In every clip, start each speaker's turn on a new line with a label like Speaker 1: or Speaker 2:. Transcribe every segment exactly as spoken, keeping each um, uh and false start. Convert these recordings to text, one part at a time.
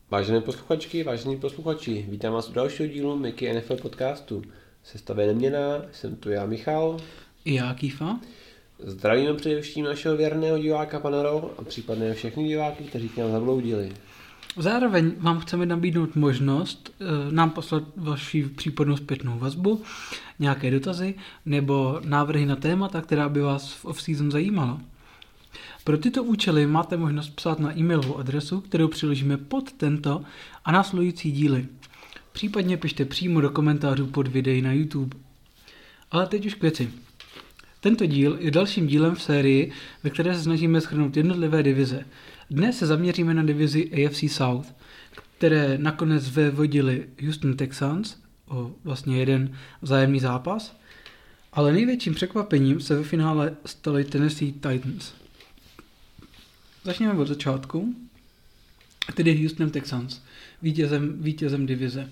Speaker 1: Vážené posluchačky, vážení posluchači, vítám vás u dalšího dílu Mickey N F L podcastu. Sestava je neměnná, jsem tu já Michal.
Speaker 2: I já Kýfa.
Speaker 1: Zdravíme především našeho věrného diváka Panaro a případně všechny diváky, kteří k nám zabloudili.
Speaker 2: Zároveň vám chceme nabídnout možnost e, nám poslat vaši případnou zpětnou vazbu, nějaké dotazy nebo návrhy na témata, která by vás v off-season zajímala. Pro tyto účely máte možnost psát na e-mailovou adresu, kterou přiložíme pod tento a následující díly. Případně pište přímo do komentářů pod videí na YouTube. Ale teď už k věci. Tento díl je dalším dílem v sérii, ve které se snažíme shrnout jednotlivé divize. Dnes se zaměříme na divizi A F C South, které nakonec vévodili Houston Texans o vlastně jeden vzájemný zápas, ale největším překvapením se ve finále stali Tennessee Titans. Začněme od začátku, tedy Houston Texans, vítězem, vítězem divize.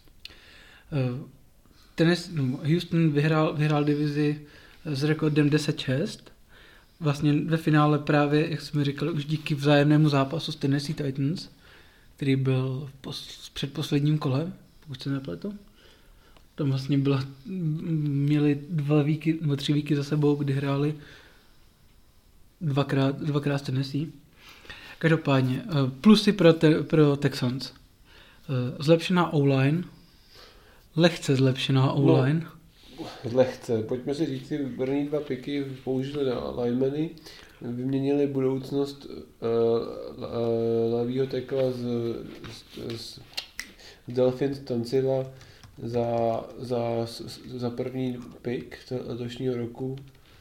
Speaker 2: Tennessee, no, Houston vyhrál, vyhrál divizi s rekordem deset šest. Vlastně ve finále právě, jak jsme říkali, už díky vzájemnému zápasu s Tennessee Titans, který byl v pos, předposledním kole, pokud se nepletu. Tam vlastně byla, měli dva víky, nebo tři víky za sebou, kdy hráli dvakrát, dvakrát s Tennessee. Každopádně, plusy pro, te, pro Texans. Zlepšená O-line, lehce zlepšená O-line.
Speaker 1: No. Lehce. Pojďme si říct, ty první dva piky použili na linemany, vyměnili budoucnost uh, uh, levýho tekla z, z, z Delfins Tancila za, za, za první pik letošního roku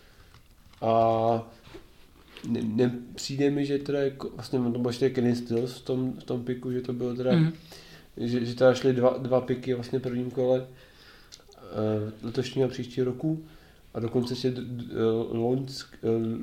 Speaker 1: a ne, nepřijde mi, že teda jako, vlastně to byl ještě Kenny Stills v tom, v tom piku, že to bylo teda, mm. že, že teda šly dva, dva piky vlastně v prvním kole letošního a příštího roku a dokonce ještě loňsk,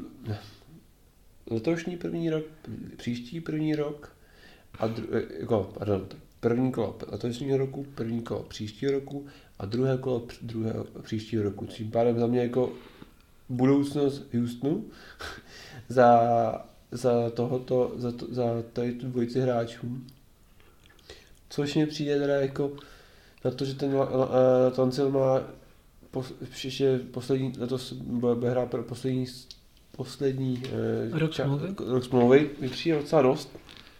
Speaker 1: letošní první rok, příští první rok a dru, jako, pardon, první kolo letošního roku, první kolo příštího roku a druhé kolo druhého příštího roku. Tím pádem za mě jako budoucnost Houstonu za, za tohoto, za, to, za tady tu dvojici hráčů. Což mi přijde teda jako na to, že ten uh, Tancil má pos, ještě poslední, letos bude hrát pro poslední, poslední uh,
Speaker 2: rok smlouvy,
Speaker 1: rok smlouvy mi přijde docela dost.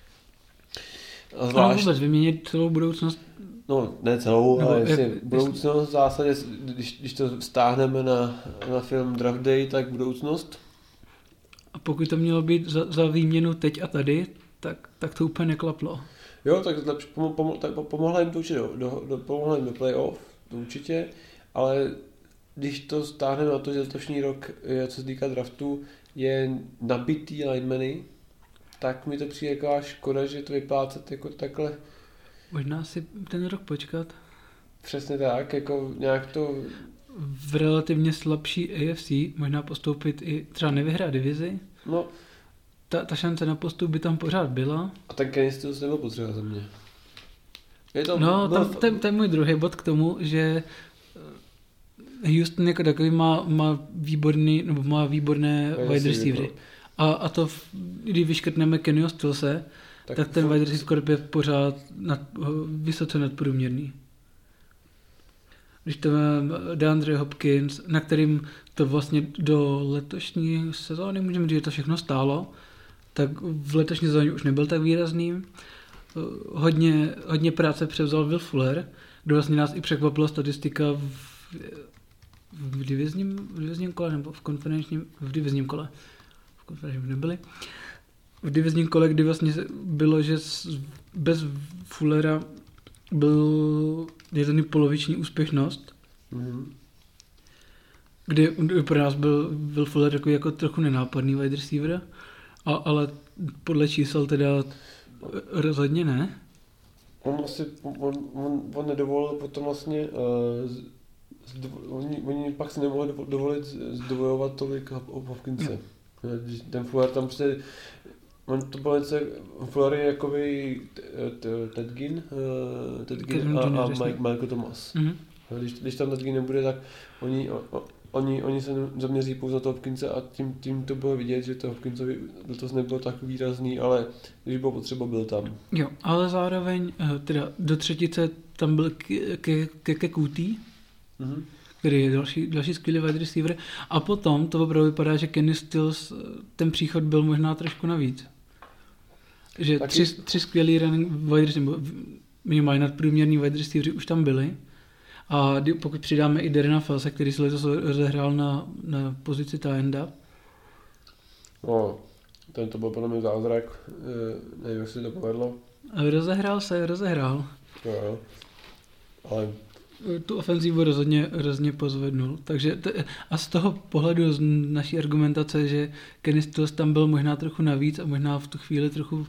Speaker 2: A zvlášť, vůbec vyměnit celou budoucnost?
Speaker 1: No, ne celou, no, ale
Speaker 2: jak,
Speaker 1: jestli budoucnost v zásadě, když, když to stáhneme na, na film Draft Day, tak budoucnost.
Speaker 2: A pokud to mělo být za, za výměnu teď a tady, tak, tak to úplně neklaplo.
Speaker 1: Jo, tak zlepš, pom, pom, tak pomohla jim to určitě do, do, do, pomohla jim do playoff, to určitě, ale když to stáhneme na to, že letošní rok, co se týká draftu, je nabitý linemany, tak mi to přijde jako škoda, že to vyplácet jako takhle.
Speaker 2: Možná si ten rok počkat.
Speaker 1: Přesně tak, jako nějak to...
Speaker 2: V relativně slabší A F C možná postoupit i třeba nevyhrát divizi.
Speaker 1: No.
Speaker 2: Ta, ta šance na postup by tam pořád byla.
Speaker 1: A ten Kenny Stills nebyl potřeba za mě. Je to,
Speaker 2: no,
Speaker 1: no,
Speaker 2: tam, ten, ten můj druhý bod k tomu, že Houston jako takový má, má výborný, nebo má výborné wide receivery. A, a to, když vyškrtneme Kennyho Stillse, tak, tak ten wide receiver je pořád nad, vysoce nadprůměrný. Když to máme DeAndre Hopkins, na kterým to vlastně do letošní sezóny, můžeme říct, že to všechno stálo, tak v letošní sezóně už nebyl tak výrazný. Hodně, hodně práce převzal Will Fuller, kdo vlastně nás i překvapila statistika v, v, divizním, v divizním kole, nebo v konferenčním, v divizním kole. V konferenčním nebyli. V divizním kole, kdy vlastně bylo, že bez Fullera byl jeden poloviční úspěšnost, mm-hmm. kdy pro nás byl Will Fuller jako, jako trochu nenápadný wide receiver, a, ale podle čísel teda rozhodně ne.
Speaker 1: On vlastně, on, on, on nedovolil potom vlastně, uh, zdo, oni, oni pak si nemohli dovolit zdvojovat tolik Hopkinse. Ten Fuller tam prostě, on to bylo něco, Fuller je jakoby Ted Ginn, Ted Ginn a, a Mike, Michael Thomas. Mm-hmm. Když, když tam Ted Ginn nebude, tak oni, o, o, oni, oni se zaměří pouze na toho Hopkinse a tím, tím to bylo vidět, že to Hopkinsovi letos nebylo tak výrazný, ale když bylo potřeba, byl tam.
Speaker 2: Jo, ale zároveň teda do třetice tam byl Keke Kuti, mm-hmm. který je další, další skvělý wide receiver. A potom to opravdu vypadá, že Kenny Stills, ten příchod byl možná trošku navíc. Že tři, tři skvělý running wide receiver, minimálně nadprůměrný wide receiveři už tam byli. A pokud přidáme i Darrena Felse, který se letos rozehrál na, na pozici tight-enda.
Speaker 1: No, ten to byl podle mě zázrak, nevím, jak se to povedlo.
Speaker 2: Rozehrál se, rozehrál.
Speaker 1: Jo, jo. Ale
Speaker 2: tu ofenzívu rozhodně, rozhodně pozvednul. Takže to, a z toho pohledu z naší argumentace, že Kenny Stills tam byl možná trochu navíc a možná v tu chvíli trochu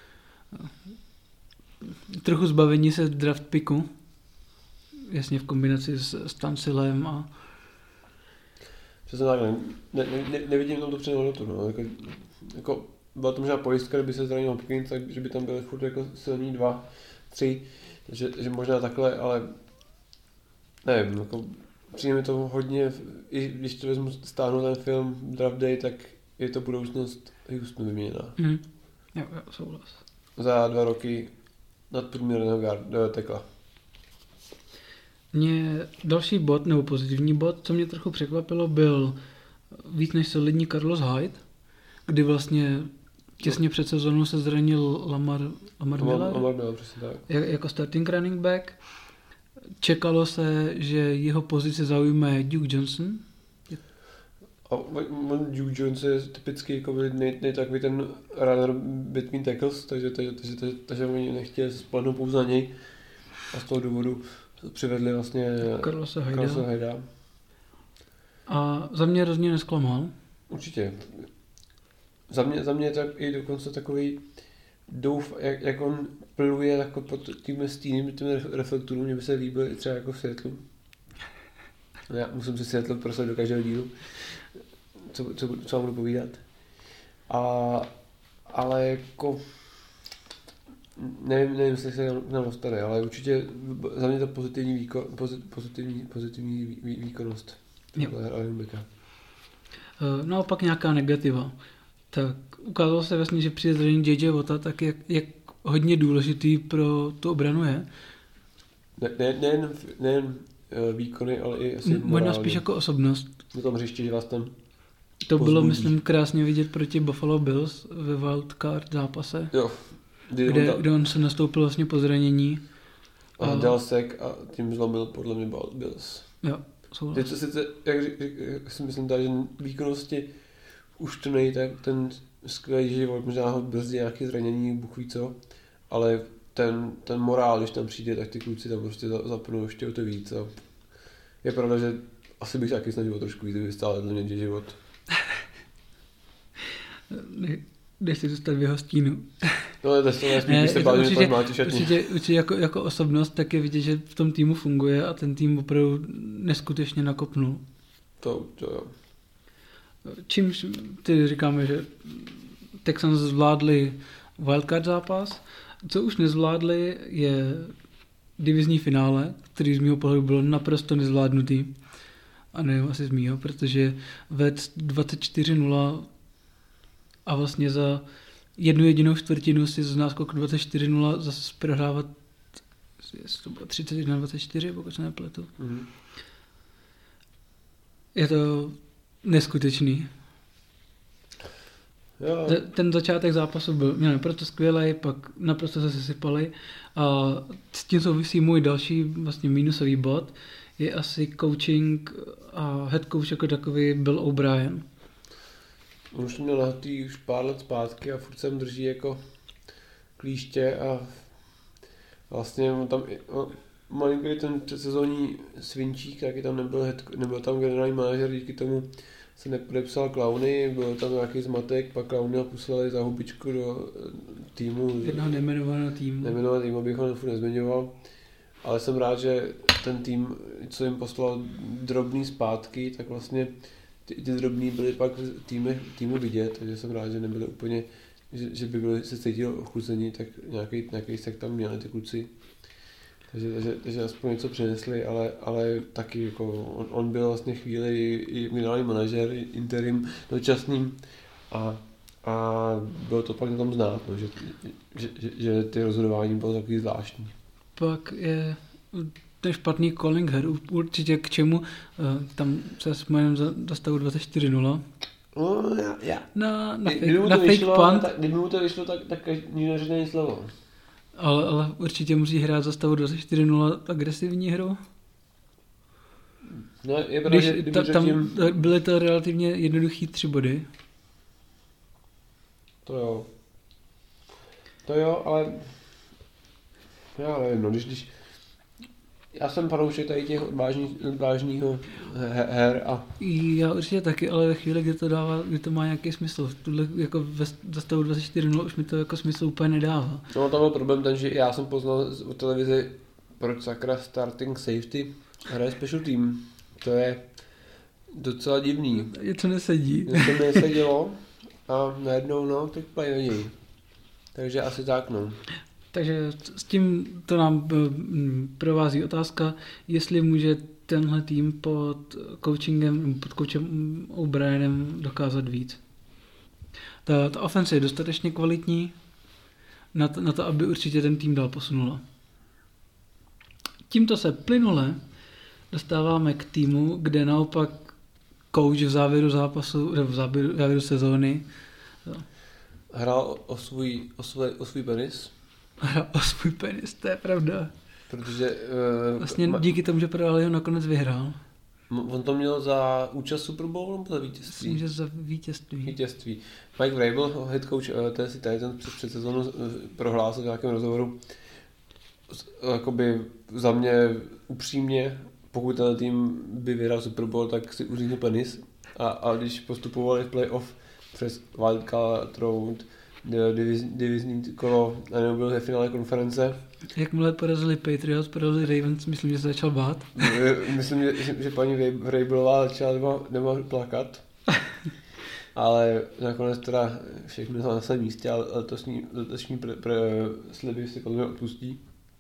Speaker 2: trochu zbavení se draft picku. Jasně v kombinaci s, s Tansilem a
Speaker 1: přesně tak, ne, ne, ne, nevidím tam to přednou hodnotu, no. Jako, jako byla to možná pojistka, kdyby se zranil Hopkins, tak že by tam byly furt jako silní dva, tři, takže že možná takhle, ale nevím, jako přijde mi to hodně, i když to vezmu stáhnu ten film Draft Day, tak je to budoucnost Houstonu vyměněná.
Speaker 2: Mm. Jo, jo, souhlas.
Speaker 1: Za dva roky nadprůměrného guard, tekla.
Speaker 2: Mě další bod, nebo pozitivní bod, co mě trochu překvapilo, byl víc než solidní Carlos Hyde, kdy vlastně těsně před sezónou se zranil Lamar, Lamar Miller,
Speaker 1: Lamar Miller přesně tak.
Speaker 2: Jako starting running back. Čekalo se, že jeho pozici zaujme Duke Johnson.
Speaker 1: A Duke Johnson je typicky jako nej, nej takový ten runner between tackles, takže, takže, takže, takže, takže oni nechtěli se spolehnout pouze na něj a z toho důvodu přivedli vlastně
Speaker 2: Carlosa
Speaker 1: Hyda.
Speaker 2: A za mě rozhodně nesklamal.
Speaker 1: Určitě. Za mě, za mě je to i dokonce takový douf, jak, jak on pluje jako pod tím stínem, tím reflektorům, mě by se líbil i třeba jako v Seattlu. Já musím si Seattle prostat do každého dílu, co, co, co vám budu povídat. A, ale jako nevím, nevím, jestli se nám dostane, ale určitě za mě to pozitivní, výkon, pozitivní, pozitivní vý, výkonnost.
Speaker 2: No a pak nějaká negativa. Tak ukázalo se vlastně, že při zranění J J Watta, tak jak, jak hodně důležitý pro tu obranu je.
Speaker 1: Ne, ne, nejen, nejen výkony, ale i asi
Speaker 2: možná spíš jako osobnost.
Speaker 1: Na tom hřišti, že vás tam
Speaker 2: to
Speaker 1: pozbudí.
Speaker 2: Bylo, myslím, krásně vidět proti Buffalo Bills ve wildcard zápase.
Speaker 1: Jo.
Speaker 2: Kde, kde, on, kde on se nastoupil vlastně po zranění.
Speaker 1: A, a dal sek a tím zlomil podle mě Bills.
Speaker 2: Jo, souhlas.
Speaker 1: Teď to sice, jak, jak si myslím tady, že výkonnosti už to nejde tak ten skvělý život, možná ho brzdí nějaké zranění, Bůh ví co, ale ten, ten morál, když tam přijde, tak ty kluci tam prostě zapnou ještě o to víc. A je pravda, že asi bych taky snažil trošku víc, kdyby stále dla mě život.
Speaker 2: Jdeš si dostat v jeho stínu.
Speaker 1: No, to je to, když se bál, že to máte šatní.
Speaker 2: Určitě, určitě jako, jako osobnost tak je vidět, že v tom týmu funguje a ten tým opravdu neskutečně nakopnul.
Speaker 1: To, to jo.
Speaker 2: Čímž ty říkáme, že Texans zvládli wildcard zápas. Co už nezvládli, je divizní finále, který z mého pohledu bylo naprosto nezvládnutý. A nevím, asi z mýho, protože ved dvacet čtyři nula a vlastně za jednu jedinou čtvrtinu si z náskok dvacet čtyři nula zase prohrávat, jestli to bylo třicet jedna dvacet čtyři, pokud se nepletu. Mm-hmm. Je to neskutečný.
Speaker 1: Jo.
Speaker 2: Ten začátek zápasu byl měl naprosto skvělej, pak naprosto se sesypali a s tím souvisí můj další vlastně minusový bod, je asi coaching a head coach jako takový Bill O'Brien.
Speaker 1: On už měl nahatý už pár let zpátky a furt sem drží jako klíště a vlastně on tam on, malinko ten předsezónní svinčík, taky tam nebyl, head, nebyl tam generální manažer, díky tomu se nepodepsal Clowny, byl tam nějaký zmatek, pak Clowny poslali za hubičku do týmu.
Speaker 2: Jednoho nejmenovaného týmu.
Speaker 1: Nejmenovaného týmu, abych ho furt nezmiňoval. Ale jsem rád, že ten tým, co jim poslal drobný zpátky, tak vlastně ty, ty drobný byly pak v týmu, týmu vidět, takže jsem rád, že nebyly úplně, že, že by byli se cítili ochuzení, tak nějaký, nějaký sek tam měli ty kluci. Takže, takže, takže aspoň něco přinesli, ale, ale taky jako on, on byl vlastně chvíli i generální manažer, interim dočasným a, a bylo to pak na tom znát, no, že, že, že, že ty rozhodování bylo takový zvláštní.
Speaker 2: Pak je ten špatný calling her, určitě k čemu, tam se jmenem za stavu dvacet čtyři nula.
Speaker 1: No, já, já.
Speaker 2: Na, na,
Speaker 1: Kdyby
Speaker 2: fake, na fake
Speaker 1: vyšlo,
Speaker 2: punt.
Speaker 1: Tak, kdyby mu to vyšlo, tak, tak nikdo neřekne nic slovo.
Speaker 2: Ale, ale určitě musí hrát za stavu dvacet čtyři nula agresivní hru.
Speaker 1: No, je pravda, že kdyby
Speaker 2: ta, tam
Speaker 1: tím...
Speaker 2: byly to relativně jednoduchý tři body.
Speaker 1: To jo. To jo, ale... Já nevím, no, když... když... Já jsem fanoušek tady těch odvážný, odvážného her a...
Speaker 2: Já určitě taky, ale ve chvíli, kdy to dává, kdy to má nějaký smysl. Tuhle jako ve stavu dvacet čtyři nula už mi to jako smysl úplně nedává.
Speaker 1: No tam byl problém ten, že já jsem poznal o televizi, proč sakra starting safety hraje special team. To je docela divný.
Speaker 2: Je to nesedí.
Speaker 1: Něco mi nesedělo a najednou no, teď pají na něj. Takže asi tak no.
Speaker 2: Takže s tím to nám provází otázka, jestli může tenhle tým pod coachingem, pod coachem O'Brienem dokázat víc. Ta, ta offense je dostatečně kvalitní na to, na to, aby určitě ten tým dál posunula. Tímto se plynule dostáváme k týmu, kde naopak coach v závěru zápasu, nebo v závěru, v závěru sezóny
Speaker 1: hrál o svůj, o svůj, o svůj penis.
Speaker 2: Hrál o svůj penis, to je pravda.
Speaker 1: Protože... Uh,
Speaker 2: vlastně
Speaker 1: ma-
Speaker 2: díky tomu, že prodal, ho nakonec vyhrál.
Speaker 1: On to měl za účast Super Bowl nebo za vítězství?
Speaker 2: Myslím, že za vítězství.
Speaker 1: Vítězství. Mike Vrabel, head coach Tennessee Titans, před, před sezónu prohlásil v nějakém rozhovoru, jakoby za mě upřímně, pokud ten tým by vyhrál Super Bowl, tak si uříznu penis. A, a když postupovali v playoff přes wildcard round, diviz, divizní kolo a nebo byl ve finále konference.
Speaker 2: Jakmile porazili Patriots, porazili Ravens, myslím, že se začal bát.
Speaker 1: Myslím, že, že paní Vrabelová začala doma, doma plakat. Ale nakonec teda všechno na svém místě, ale letošní, letošní pre, pre, sliby si podle mě odpustí.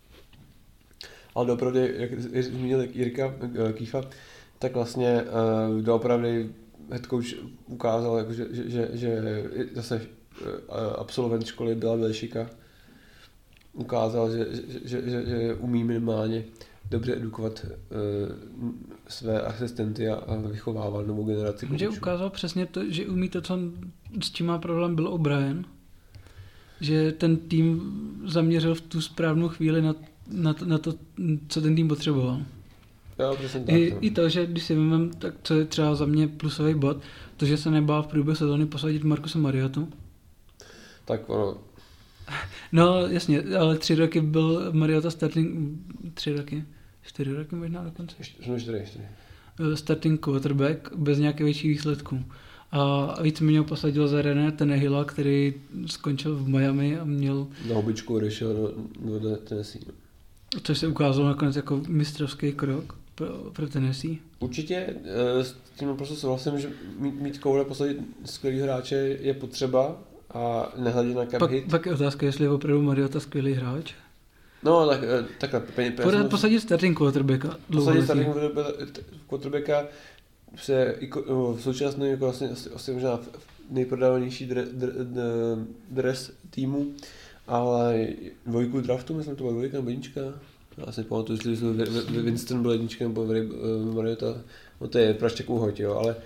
Speaker 1: Ale doopravdy, jak zmínil Jirka Kýfa, tak vlastně uh, doopravdy head coach ukázal, jako, že, že, že, že zase uh, absolvent školy byla Belšika. Ukázal, že, že, že, že, že umí minimálně dobře edukovat uh, své asistenty a, a vychovával novou generaci.
Speaker 2: Že ukázal přesně to, že umí to, co s tím má problém byl O'Brien. Že ten tým zaměřil v tu správnou chvíli na, na, to, na to, co ten tým potřeboval.
Speaker 1: Jo, přesně tak.
Speaker 2: I, I to, že když si vymám, tak co je třeba za mě plusový bod, to, že se nebál v průběhu sezóny posadit Marcuse Mariotu.
Speaker 1: Tak ono...
Speaker 2: No jasně, ale tři roky byl Mariota starting, tři roky, čtyři roky možná dokonce.
Speaker 1: Čtyři, čtyři, čtyři.
Speaker 2: Starting quarterback bez nějaké větší výsledků. A víceméně posadil za René Tannehilla, který skončil v Miami a měl...
Speaker 1: Na hubičku odešel do, do Tennessee.
Speaker 2: Což se ukázalo nakonec jako mistrovský krok pro, pro Tennessee.
Speaker 1: Určitě s tím prostě souhlasím, že mít, mít koule posadit skvělý hráče je potřeba a nehledě na cap
Speaker 2: pak,
Speaker 1: hit.
Speaker 2: Pak je otázka, jestli je opravdu Mariota skvělý hráč.
Speaker 1: No, tak, takhle. Pe, pe,
Speaker 2: Pořád posadit starting quarterbacka.
Speaker 1: Posadit starting quarterbacka se v současné jako vlastně asi, asi možná nejprodávanější dres, dres týmu, ale dvojku draftu, myslím, to byla dvojka nebo jednička. Já si pamatuju, jestli Winston byl jednička nebo Mariota, no to je praštěk uhoď, jo, ale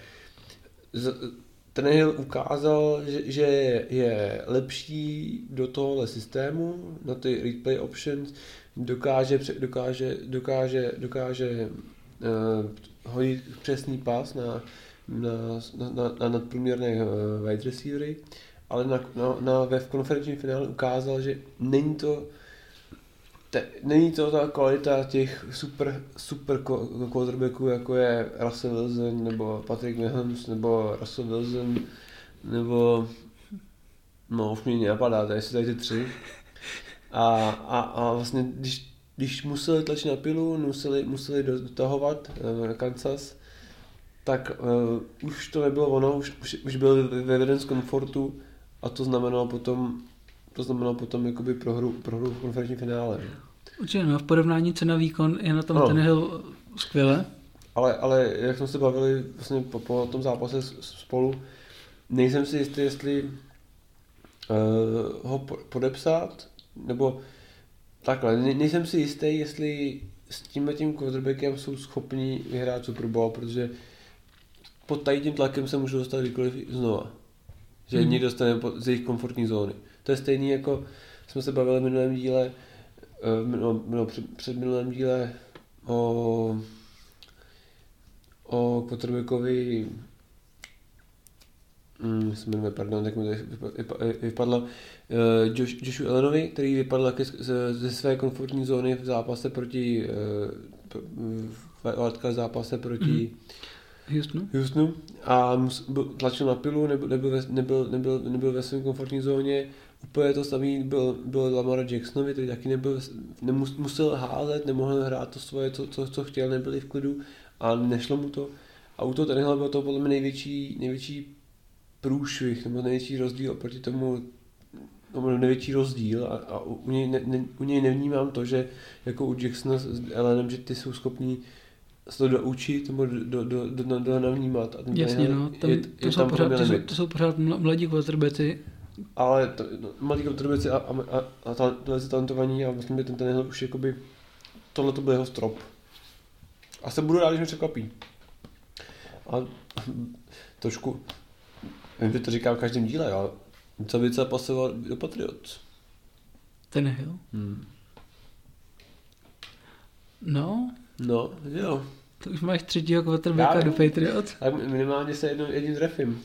Speaker 1: Tannehill ukázal, že, že je lepší do tohohle systému, na ty replay options, dokáže, dokáže, dokáže, dokáže uh, hodit přesný pas na, na, na, na nadprůměrné uh, wide receivery, ale na, na, na, ve v konferenčním finále ukázal, že není to te, není to ta kvalita těch super, super quarterbacků, jako je Russell Wilson, nebo Patrick Mahomes, nebo Russell Wilson, nebo no, už mě nenapadá, tady jsou tady ty tři. A, a, a vlastně, když, když museli tlačit na pilu, museli, museli dotahovat uh, Kansas, tak uh, už to nebylo ono, už, už, už byl vyveden z komfortu a to znamenalo potom To znamenalo potom jakoby prohru, prohru v konferenčním finále.
Speaker 2: Určitě, no, v porovnání cena výkon je na tom no. Tannehill skvěle.
Speaker 1: Ale, ale jak jsme se bavili vlastně po, po tom zápase spolu, nejsem si jistý, jestli uh, ho podepsat, nebo takhle, ne, nejsem si jistý, jestli s tímhle tím quarterbackem jsou schopni vyhrát Super Bowl, protože pod tady tím tlakem se můžou dostat kdykoliv znova. Že hmm. někdo dostane z jejich komfortní zóny. To je stejný jako jsme se bavili v minulém díle, no, no, před, před minulém díle o, o quarterbackovi Hmm, jsme, pardon, tak mi to vypadlo. Uh, Josh, Joshu Allenovi, který vypadl taky ze, ze své komfortní zóny v zápase proti uh, v zápase proti mm.
Speaker 2: Houstonu.
Speaker 1: Houstonu a mus, byl, tlačil na pilu, nebyl, nebyl, ve, nebyl, nebyl, nebyl ve své komfortní zóně. Úplně to samý byl, byl Lamar Jacksonovi, který taky nebyl, nemus, musel házet, nemohl hrát to svoje, co, co, co chtěl, nebyli v klidu a nešlo mu to. A u toho tenhle byl to podle mě největší, největší průšvih, nebo největší rozdíl oproti tomu, nebo největší rozdíl a, a u, něj ne, ne, u něj nevnímám to, že jako u Jacksona s Allenem, že ty jsou schopní se to doučit, nebo do, do, do, do, do navnímat. A
Speaker 2: jasně, no, tam, je, to, je jsou tam pořád, to, jsou, to jsou pořád mladí quarterbacki.
Speaker 1: Ale to, no, mladí quarterbacki a, a, a, a tohle se talentovaní a myslím, že ten tenhle už jakoby, tohle to byl jeho strop. A se budu rád, když mě překvapí. A trošku vím, že to říkám v každém díle, ale co by se pasoval do Patriots?
Speaker 2: Tannehill?
Speaker 1: Hmm.
Speaker 2: No.
Speaker 1: No, jo.
Speaker 2: To už máš třetího quarterbacka do Patriots.
Speaker 1: Tak minimálně se jednou, jedním trefím.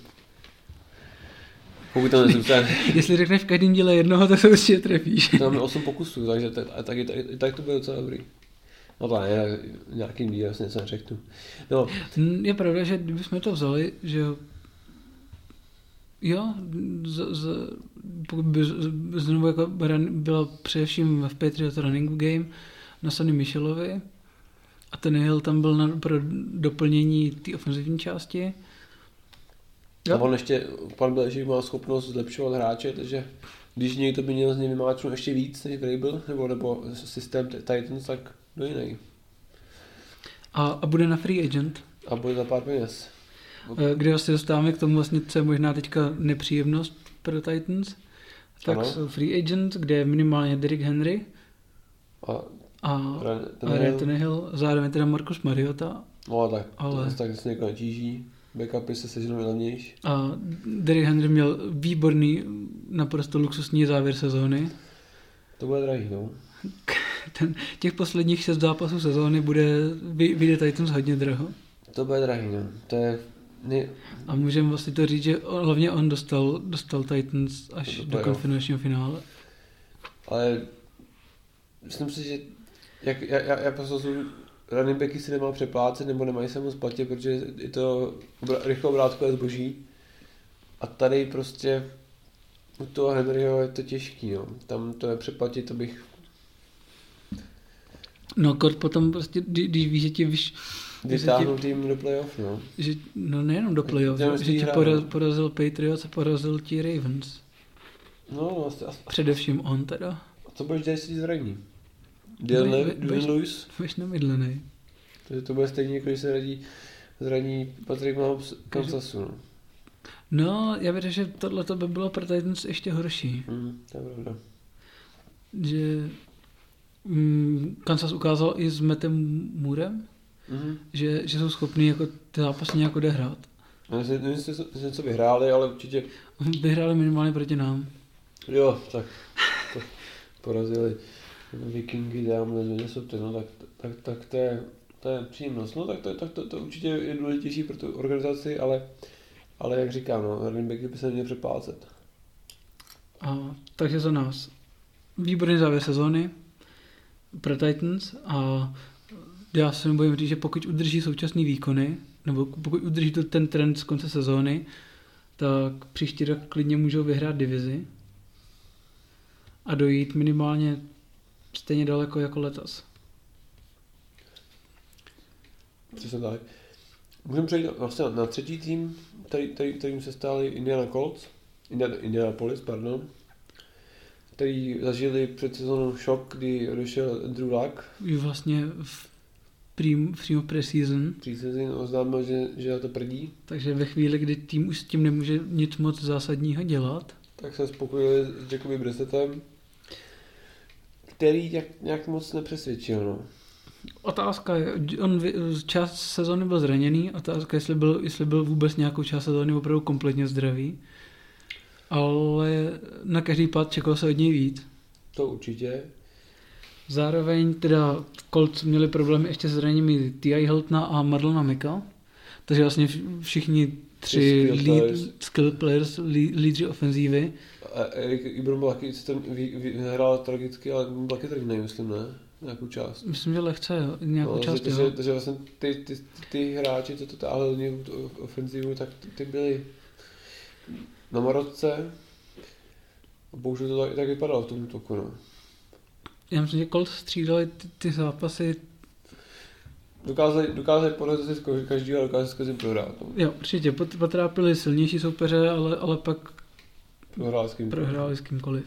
Speaker 1: Pokud to nezůstane.
Speaker 2: Jestli řekneš v každém díle jednoho, tak se určitě trefíš.
Speaker 1: To máme osm pokusů, takže tak, tak, tak, tak, tak to bude docela dobrý. No to ne, nějakým dílem vlastně něco neřeknu. No.
Speaker 2: Je pravda, že kdybychom to vzali, že jo, z, z, pokud by znovu jako byla především v Patriots running game na Sonny Michelovi a ten Hill tam byl na, pro doplnění té ofenzivní části.
Speaker 1: Jo. A on ještě, pan byl, že má schopnost zlepšovat hráče, takže když někdo by měl z něj vymáčnout ještě víc než Vrabel, nebo, nebo systém Titans, tak do jiný. A,
Speaker 2: a bude na free agent.
Speaker 1: A bude za pár peněz.
Speaker 2: Kde se dostáváme k tomu vlastně, co je možná teďka nepříjemnost pro Titans, tak ano. Jsou free agents, kde je minimálně Derrick Henry
Speaker 1: a,
Speaker 2: a Ryan Tannehill, zároveň teda Marcus Mariota.
Speaker 1: No tak,
Speaker 2: ale...
Speaker 1: to tak se někoho netíží, backupy se seženou levnější.
Speaker 2: A Derrick Henry měl výborný, naprosto luxusní závěr sezóny.
Speaker 1: To bude drahý, no.
Speaker 2: Ten, těch posledních šest zápasů sezóny bude, vyjde Titans hodně draho.
Speaker 1: To bude drahý, no. To je... Ne...
Speaker 2: A můžeme vlastně to říct, že hlavně on dostal, dostal Titans až do konferenčního finále.
Speaker 1: Ale myslím si, že jak, já, já, já prostě running backy si nemá přeplácet nebo nemají se moc platit, protože je to rychlou obrátku je zboží. A tady prostě u toho Henryho je to těžký, no. Tam to nepřeplatit, to bych...
Speaker 2: No kort potom prostě, když víš, že ti vyš...
Speaker 1: Vytáhnout tým do playoff, no.
Speaker 2: Že, no nejenom do playoff, že ti poraz, porazil Patriots a porazil ti Ravens.
Speaker 1: No, no asi, asi.
Speaker 2: Především on teda.
Speaker 1: A co budeš dělat, jestli zraní? Dylan Lewis?
Speaker 2: Budeš namydlený.
Speaker 1: Takže to bude stejně, jako když se radí zraní Patrick Mahomes Kansasu, no.
Speaker 2: No, já věřím, že tohle by bylo pro Titans ještě horší.
Speaker 1: Mm, to je pravda.
Speaker 2: Že mm, Kansas ukázal i s Mattem Moorem, mm-hmm. že, že jsou schopní jako ty zápasy nějak odehrát.
Speaker 1: Nevím, jestli něco vyhráli, ale určitě...
Speaker 2: Vyhráli minimálně proti nám.
Speaker 1: Jo, tak to porazili Vikingy, dámhle z Minnesota, no tak, tak, tak to, je, to je příjemnost. No tak to, tak to, to určitě je důležitější pro tu organizaci, ale, ale jak říkám, no, running backy by se neměl přeplácet.
Speaker 2: A, takže za nás výborný závěr sezóny pro Titans a já se nebojím říct, že pokud udrží současný výkony, nebo pokud udrží to ten trend z konce sezóny, tak příští rok klidně můžou vyhrát divizi a dojít minimálně stejně daleko jako letos.
Speaker 1: Přesně tak. Můžeme přejít vlastně na třetí tým, který, který, kterým se stáli Indiana Colts, Indiana, Indianapolis, pardon. který zažili před sezónou šok, kdy odešel Andrew Luck.
Speaker 2: I vlastně v prím, přímo pre-season.
Speaker 1: Pre-season oznámil, že, že to prdí.
Speaker 2: Takže ve chvíli, kdy tým už s tím nemůže nic moc zásadního dělat.
Speaker 1: Tak se spokojili s Jacoby Brissettem, který nějak, nějak moc nepřesvědčil. No.
Speaker 2: Otázka je, on část sezóny byl zraněný, otázka jestli byl, jestli byl vůbec nějakou část sezóny opravdu kompletně zdravý. Ale na každý pád čekalo se od něj víc.
Speaker 1: To určitě.
Speaker 2: Zároveň teda Colts měli problémy ještě s zraněními T I Hiltona a Marlona Micka. Takže vlastně všichni tři
Speaker 1: skill
Speaker 2: lead,
Speaker 1: players,
Speaker 2: skill players lídři ofenzívy.
Speaker 1: A Erik Ibram byl taky, ten hrál tragicky, ale byl taky trvný, myslím, ne? Nějakou část.
Speaker 2: Myslím, že lehce, jo. Nějakou
Speaker 1: no,
Speaker 2: část,
Speaker 1: takže, takže, takže vlastně ty, ty, ty hráči, co to táhli ofenzívu, tak ty byli na marotce. A bohužel to tak, tak vypadalo v tom toku, no.
Speaker 2: Já myslím, že Colts střídali ty, ty zápasy.
Speaker 1: Dokázali, dokázali porazit si každý a dokázali si každý prohrát. No.
Speaker 2: Jo, určitě, potrápili silnější soupeře, ale, ale pak
Speaker 1: prohráli s, kým
Speaker 2: prohráli s kýmkoliv.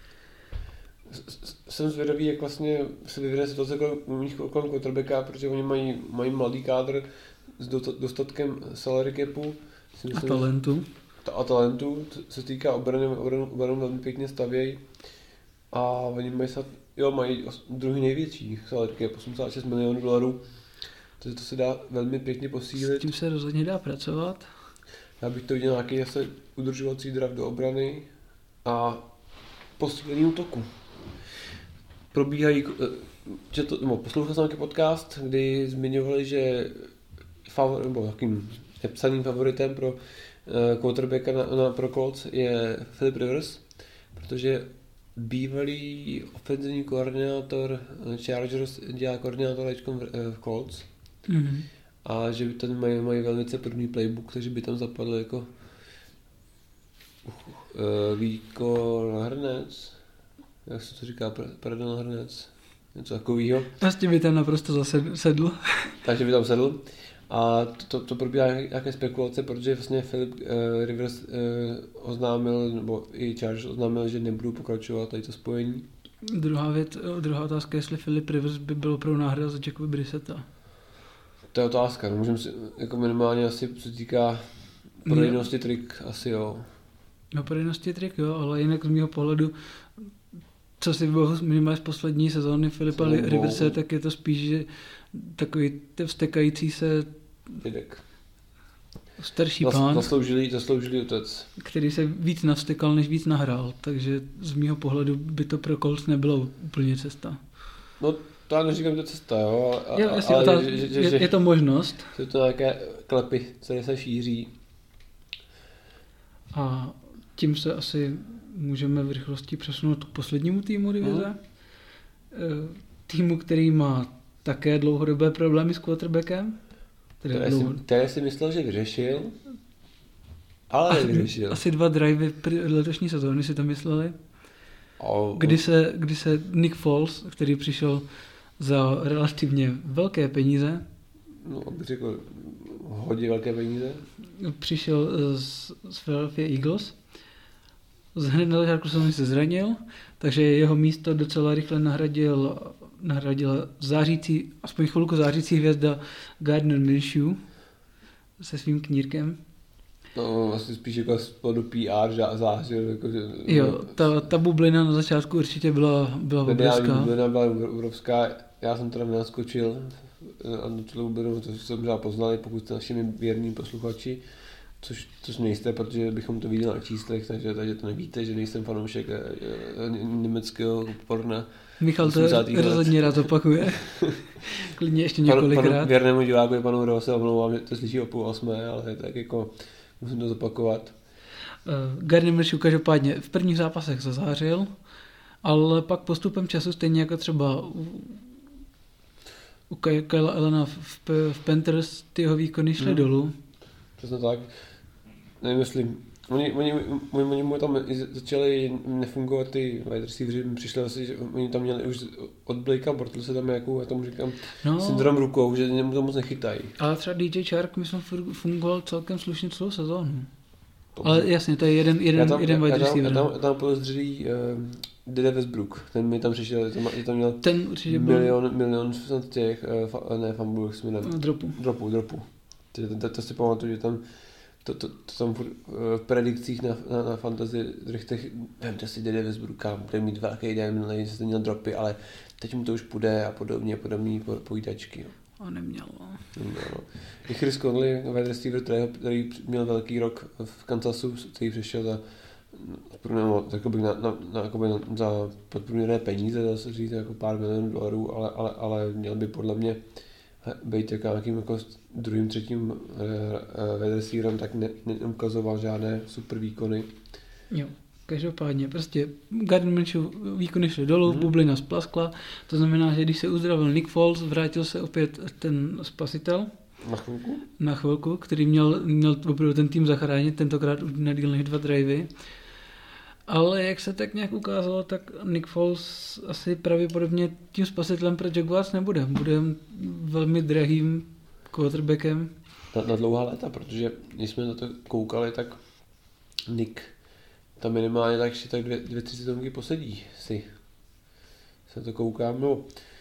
Speaker 1: Jsem zvědavý, jak vlastně se vyvine situace kolem quarterbacka, protože oni mají, mají mladý kádr s dostatkem salary capu.
Speaker 2: Myslím, a talentu.
Speaker 1: A talentu, co se týká obrany, obranu, obranu velmi pěkně stavějí. A oni mají, jo, mají druhý největší salary cap, osmdesát šest milionů dolarů. Takže to se dá velmi pěkně posílit.
Speaker 2: S tím se rozhodně dá pracovat.
Speaker 1: Já bych to viděl nějaký zase udržovací draft do obrany a posílení útoku. Probíhají, že to, no, poslouchal jsem nějaký podcast, kdy zmiňovali, že favor, nebo jakým nepsaným favoritem pro uh, quarterbacka na, na, pro Colts je Philip Rivers, protože bývalý ofenzivní koordinátor Chargers dělá koordinátor v Colts.
Speaker 2: Mm-hmm.
Speaker 1: A že by tam mají, mají velmi podobný playbook, takže by tam zapadl jako uh, výkon Hrnec, jak se to říká, Pardon Hrnec, něco takovýho.
Speaker 2: Vlastně by tam naprosto zase sedl.
Speaker 1: Takže by tam sedl. A to, to probíhá nějaké spekulace, protože vlastně Philip uh, Rivers uh, oznámil, nebo i Chargers oznámil, že nebudou pokračovat tady to spojení.
Speaker 2: Druhá věc, druhá otázka, jestli Philip Rivers by byl pro náhrada za Jacoby Brissetta.
Speaker 1: To je otázka, no, můžeme si, jako minimálně asi, co se týká prodejnosti trik, asi jo.
Speaker 2: No prodejnosti trik, jo, ale jinak z mého pohledu, co si vybavu minimálně z poslední sezóny Filipa Riverse, tak je to spíš, že takový vstekající se
Speaker 1: Dědek.
Speaker 2: starší
Speaker 1: Zas,
Speaker 2: pán,
Speaker 1: zasloužilý, zasloužilý otec,
Speaker 2: který se víc navstekal, než víc nahrál, takže z mého pohledu by to pro Colts nebylo úplně cesta.
Speaker 1: No to já neříkám, že to je cesta, jo, a,
Speaker 2: jo
Speaker 1: ale
Speaker 2: ta,
Speaker 1: že, že,
Speaker 2: je,
Speaker 1: že,
Speaker 2: je to možnost.
Speaker 1: Jsou to nějaké klepy, které se šíří.
Speaker 2: A tím se asi můžeme v rychlosti přesunout k poslednímu týmu divize. Hmm. Týmu, který má také dlouhodobé problémy s quarterbackem.
Speaker 1: Které, dlouho... si, které si myslel, že vyřešil, ale nevyřešil.
Speaker 2: Asi dva drivey letošní sezóny si to mysleli. Oh, kdy, se, kdy se Nick Foles, který přišel za relativně velké peníze,
Speaker 1: no, bych řekl hodně velké peníze,
Speaker 2: přišel z, z Philadelphia Eagles. Hned na začátku sezóny se zranil, takže jeho místo docela rychle nahradil, nahradil zářící, aspoň chvilku zářící hvězda Gardner Minshew se svým knírkem.
Speaker 1: No, asi spíš jako z pohledu P R zářil. Jako,
Speaker 2: jo, ta, ta bublina na začátku určitě byla, byla obrovská.
Speaker 1: bublina byla obrovská, já jsem teda nenaskočil a na tu bublinu, to jsem možná poznali, pokud jste našimi věrní posluchači, což, což nejste, protože bychom to viděli na číslech, takže, takže to nevíte, že nejsem fanoušek německého porna.
Speaker 2: Michal to rozhodně rád opakuje. Klidně ještě několikrát.
Speaker 1: Panu, panu věrnému diváku, panu Rose, omlouvám, že to slyší o půl osmé, ale tak jako musím to zopakovat.
Speaker 2: Uh, Gardner Minshew každopádně v prvních zápasech zazářil, ale pak postupem času stejně jako třeba u, u Kyla Allena v, v Panthers ty jeho výkony šly hmm. dolů.
Speaker 1: Přesně tak. Nevím, jestli Oni, oni, oni, oni tam začali nefungovat ty wide receiveři, mi přišlo asi, že oni tam měli už od Blakea Bortlese tam nějakou, já tomu říkám, no, syndrom rukou, že mu to moc nechytají.
Speaker 2: Ale třeba D J Chark, myslím, fungoval celkem slušně celou sezónu. Ale jasně, to je jeden, jeden,
Speaker 1: tam,
Speaker 2: jeden wide receiver.
Speaker 1: Já tam, já tam podezřelý uh, Dede Westbrook, ten mi tam přišel, je tam měl
Speaker 2: ten
Speaker 1: milion, byl... milion těch, uh, ne, fumblech, jsme nevím.
Speaker 2: Dropu.
Speaker 1: Dropu, dropu. To, to, to, to si pamatuju, že tam to, to, to tam v, v predikcích na, na, na fantasy drichtech, vemte si Dede Westbrooka, bude mít velký den, nevím, jestli měl dropy, ale teď mu to už půjde a podobně, podobný pojídačky. No.
Speaker 2: A neměl, no.
Speaker 1: Neměl, no. I Chris Conley, wide receiver, který, který měl velký rok v Kansasu, který přišel za no, na, na, na, na, za podprůměrné peníze, dá se říct, jako pár milionů dolarů, ale, ale, ale měl by podle mě být jako nějakým jako druhým, třetím wide receiverem, tak ne, neukazoval žádné super výkony.
Speaker 2: Jo. Každopádně, prostě Gardner Minshew výkony šly dolů, hmm. bublina splaskla, to znamená, že když se uzdravil Nick Foles, vrátil se opět ten spasitel.
Speaker 1: Na chvilku?
Speaker 2: Na chvilku, který měl, měl opravdu ten tým zachránit, tentokrát už nedíl než dva drivey. Ale jak se tak nějak ukázalo, tak Nick Foles asi pravděpodobně tím spasitelem pro Jaguars nebude. Bude velmi drahým quarterbackem.
Speaker 1: Na, na dlouhá léta, protože když jsme na to koukali, tak Nick tam minimálně tak, tak dvě, dvě, tři sezónky posedí si. Se to koukám, no.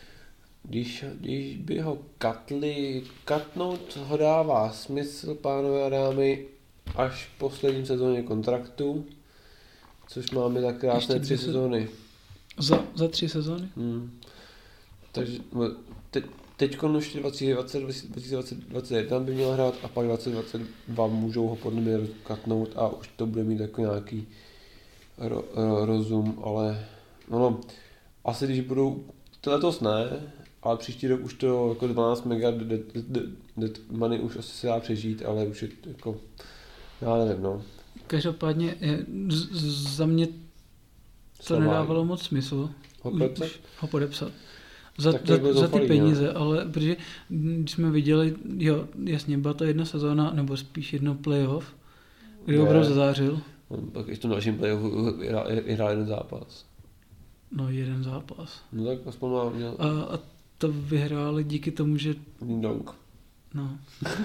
Speaker 1: Když, když by ho katli, katnout ho dává smysl, pánové a dámy, až v posledním sezóně kontraktu, což máme tak krásné tři sezóny.
Speaker 2: Za, za tři sezóny?
Speaker 1: Hmm. Takže te, teďko už dvacet dvacet, dvacet dvacet jedna by měl hrát a pak dvacet dvacet dva můžou ho podle mě katnout a už to bude mít jako nějaký ro, ro, rozum, ale no, asi když budou, letos ne, ale příští rok už to jako dvanáct mega dead, dead, dead money už asi se dá přežít, ale už je to jako, já nevím, no.
Speaker 2: Každopádně z, za mě to Slavá. Nedávalo moc smysl
Speaker 1: ho podepsat,
Speaker 2: ho podepsat. Za, za, za ty peníze, no. Ale protože když jsme viděli, jo, jasně, byla to jedna sezóna, nebo spíš jedno playoff, kdy opravdu zazářil.
Speaker 1: On pak ještě v tom dalším playoffu hrál jeden zápas.
Speaker 2: No jeden zápas.
Speaker 1: No tak aspoň má měl.
Speaker 2: A, a to vyhráli díky tomu, že...
Speaker 1: Ding dong.
Speaker 2: No.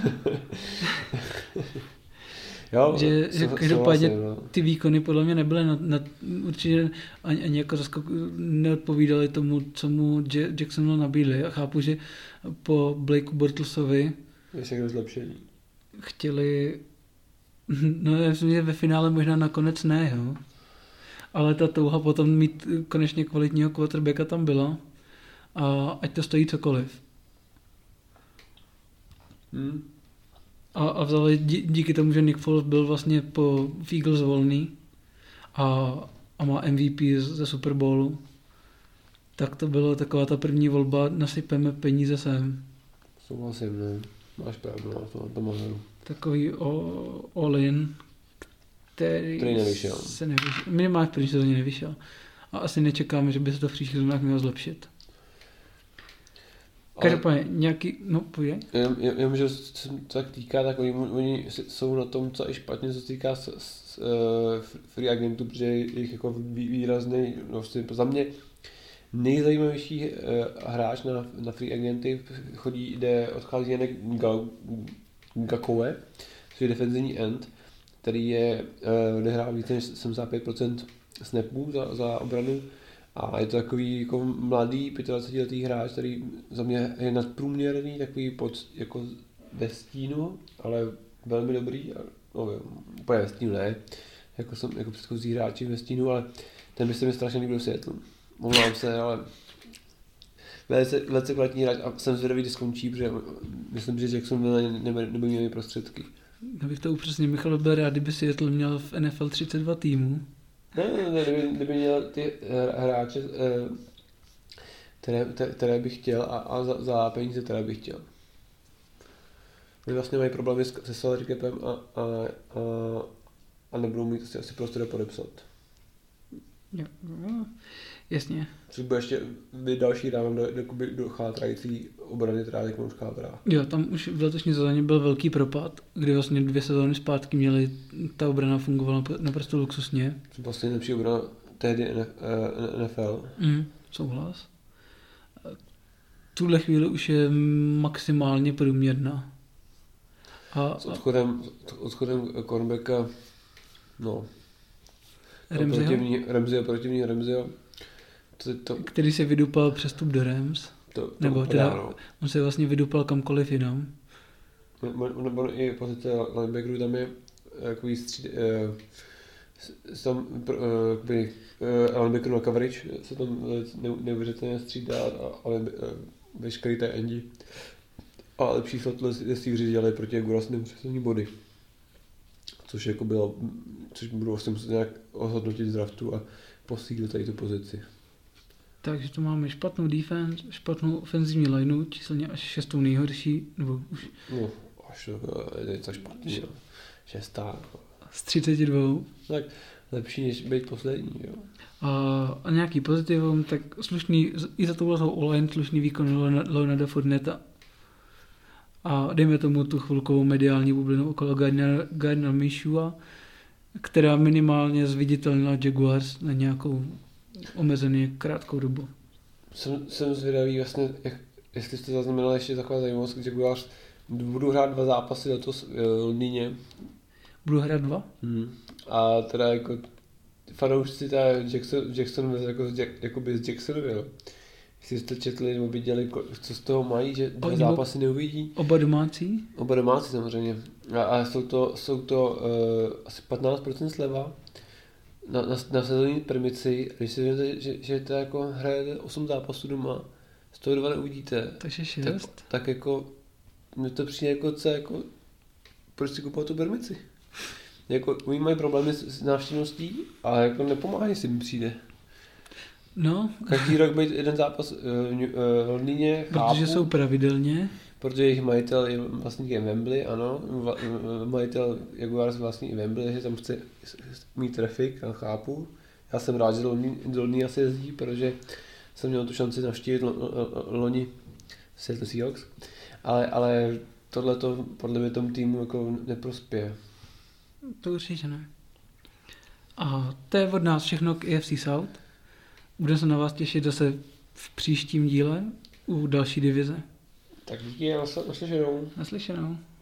Speaker 1: Jo,
Speaker 2: že, že každopádně ty výkony podle mě nebyly na, na, určitě ani, ani jako zaskok, neodpovídaly tomu, co mu Jacksonville nabídli. A chápu, že po Blakeu Bortlesovi
Speaker 1: je zlepšení.
Speaker 2: Chtěli, no já myslím, že ve finále možná nakonec ne, jo. Ale ta touha potom mít konečně kvalitního quarterbacka tam byla. A ať to stojí cokoliv.
Speaker 1: Hmm.
Speaker 2: A, a vzali dí, díky tomu, že Nick Foles byl vlastně po Eagles volný a, a má M V P ze Super Bowlu, tak to byla taková ta první volba, nasypeme peníze sem.
Speaker 1: Souhlasím, ne. Máš pravdu, na to, na to mohlu.
Speaker 2: Takový all-in, který,
Speaker 1: který nevyšel.
Speaker 2: Se nevyšel. Minimálně v první sezóně nevyšel. A asi nečekáme, že by se to v příštích sezónách mělo zlepšit. Každopádně nějaký, no půjde.
Speaker 1: Jenom, že se to tak týká, tak oni, oni jsou na tom, co je špatně, co se týká s, s, uh, free agentů, protože jich jako výrazný, no za mě nejzajímavější uh, hráč na, na free agenty chodí, jde, odchází Janek Ngakoue, což je defenzivní end, který je, uh, odehrál více než sedmdesát pět procent snapů za, za obranu. A je to takový jako mladý dvacetiletý hráč, který za mě je nadprůměrný, takový pod, jako ve stínu, ale velmi dobrý. No, úplně ve stínu ne, jako, jsem, jako předchozí hráči ve stínu, ale ten by se mi strašně líbil v Seattlu. Omlám se, ale velice, velice kvalitní hráč a jsem zvědavý, kdy skončí, protože myslím, že Jacksonville nebude mít prostředky.
Speaker 2: Abych to upřesnil, Michal byl rád, kdyby Seattle měl v N F L třicet dva týmů.
Speaker 1: Ne, ne, ne, kdyby, kdyby měl ty hráče, které, které bych chtěl a, a za, za peníze, které bych chtěl. Oni vlastně mají problémy se salary capem a, a, a, a nebudou mít asi, asi prostor podepsat.
Speaker 2: Jo, no, jasně.
Speaker 1: Což bude ještě další rámem do, do, do chátrající obrany, která jak už chátrá.
Speaker 2: Jo, tam už v letošní sezóně byl velký propad, kdy vlastně dvě sezóny zpátky měly, ta obrana fungovala naprosto luxusně.
Speaker 1: Vlastně nejlepší obrana tehdy N F L.
Speaker 2: Mm, souhlas. Tuhle chvíli už je maximálně průměrná. A,
Speaker 1: s odchodem, s odchodem cornerbacka No.
Speaker 2: Ramseyho?
Speaker 1: Ramseyho, protivní Ramseyho. To, to...
Speaker 2: Který se vydupal přestup do Rams.
Speaker 1: To, to
Speaker 2: Nebo teda,
Speaker 1: no.
Speaker 2: on se vlastně vydupal kamkoliv jinam.
Speaker 1: Nebo i pozice linebackerů tam je takový stříd... Uh, tam uh, uh, linebackerů na coverage se tam neuvěřitelně střídá, ale uh, veškerý té endi. A lepší slot receiveři dělají proti Gurasným přesně body. Což jako bylo, což budu vlastně muset nějak ohodnotit z draftu a posílit tady tu pozici.
Speaker 2: Takže tu máme špatnou defense, špatnou ofenzivní lineu, číselně až šestou nejhorší, nebo už...
Speaker 1: No, až je to špatný, no. Šestá.
Speaker 2: Z třiceti dvou.
Speaker 1: Tak lepší, než být poslední, jo.
Speaker 2: A, a nějaký pozitivum, tak slušný, i za touhletou online slušný výkon Leonarda Fournetta. A dejme tomu tu chvilkovou mediální bublinu okolo Gardnera Minshew'a, která minimálně zviditelnila Jaguars na nějakou omezený krátkou dobu.
Speaker 1: Jsem, jsem zvědavý vlastně, jak, jestli jste zaznamenali ještě taková zajímavost, že Jaguars budou hrát dva zápasy letos v Londýně.
Speaker 2: Budou hrát dva?
Speaker 1: Hmm. A teda jako fanoušci ta Jackson, Jackson jako, jakoby z Jacksonville. Jestli jste četli nebo viděli, co z toho mají, že dva zápasy neuvidí.
Speaker 2: Oba domácí?
Speaker 1: Oba domácí samozřejmě. A, a jsou to, jsou to uh, asi patnáct procent sleva na, na, na sezónní premici. Když si vezmete, že, že to jako hrajete osm zápasů doma, z toho dva neuvidíte.
Speaker 2: Takže šest.
Speaker 1: Tak, tak jako, mně to přijde jako, co jako, proč si kupovat tu premici? Jako, oni mají problémy s, s návštěvností, ale jako nepomáhají, jestli mi přijde.
Speaker 2: No.
Speaker 1: Každý rok být jeden zápas v Londýně, chápu.
Speaker 2: Protože jsou pravidelně.
Speaker 1: Protože jejich majitel je vlastník je Wembley, ano. Majitel Jaguars vlastní i Wembley, že tam chce mít trafik, a chápu. Já jsem rád, že do Londýna se jezdí, protože jsem měl tu šanci navštívit loni Seattle Seahawks. Ale, ale tohle to podle mě tomu týmu jako neprospěje.
Speaker 2: To určitě ne. A to je od nás všechno k A F C South. Budeme se na vás těšit zase v příštím díle u další divize.
Speaker 1: Tak díky a naslyšenou.
Speaker 2: Naslyšenou.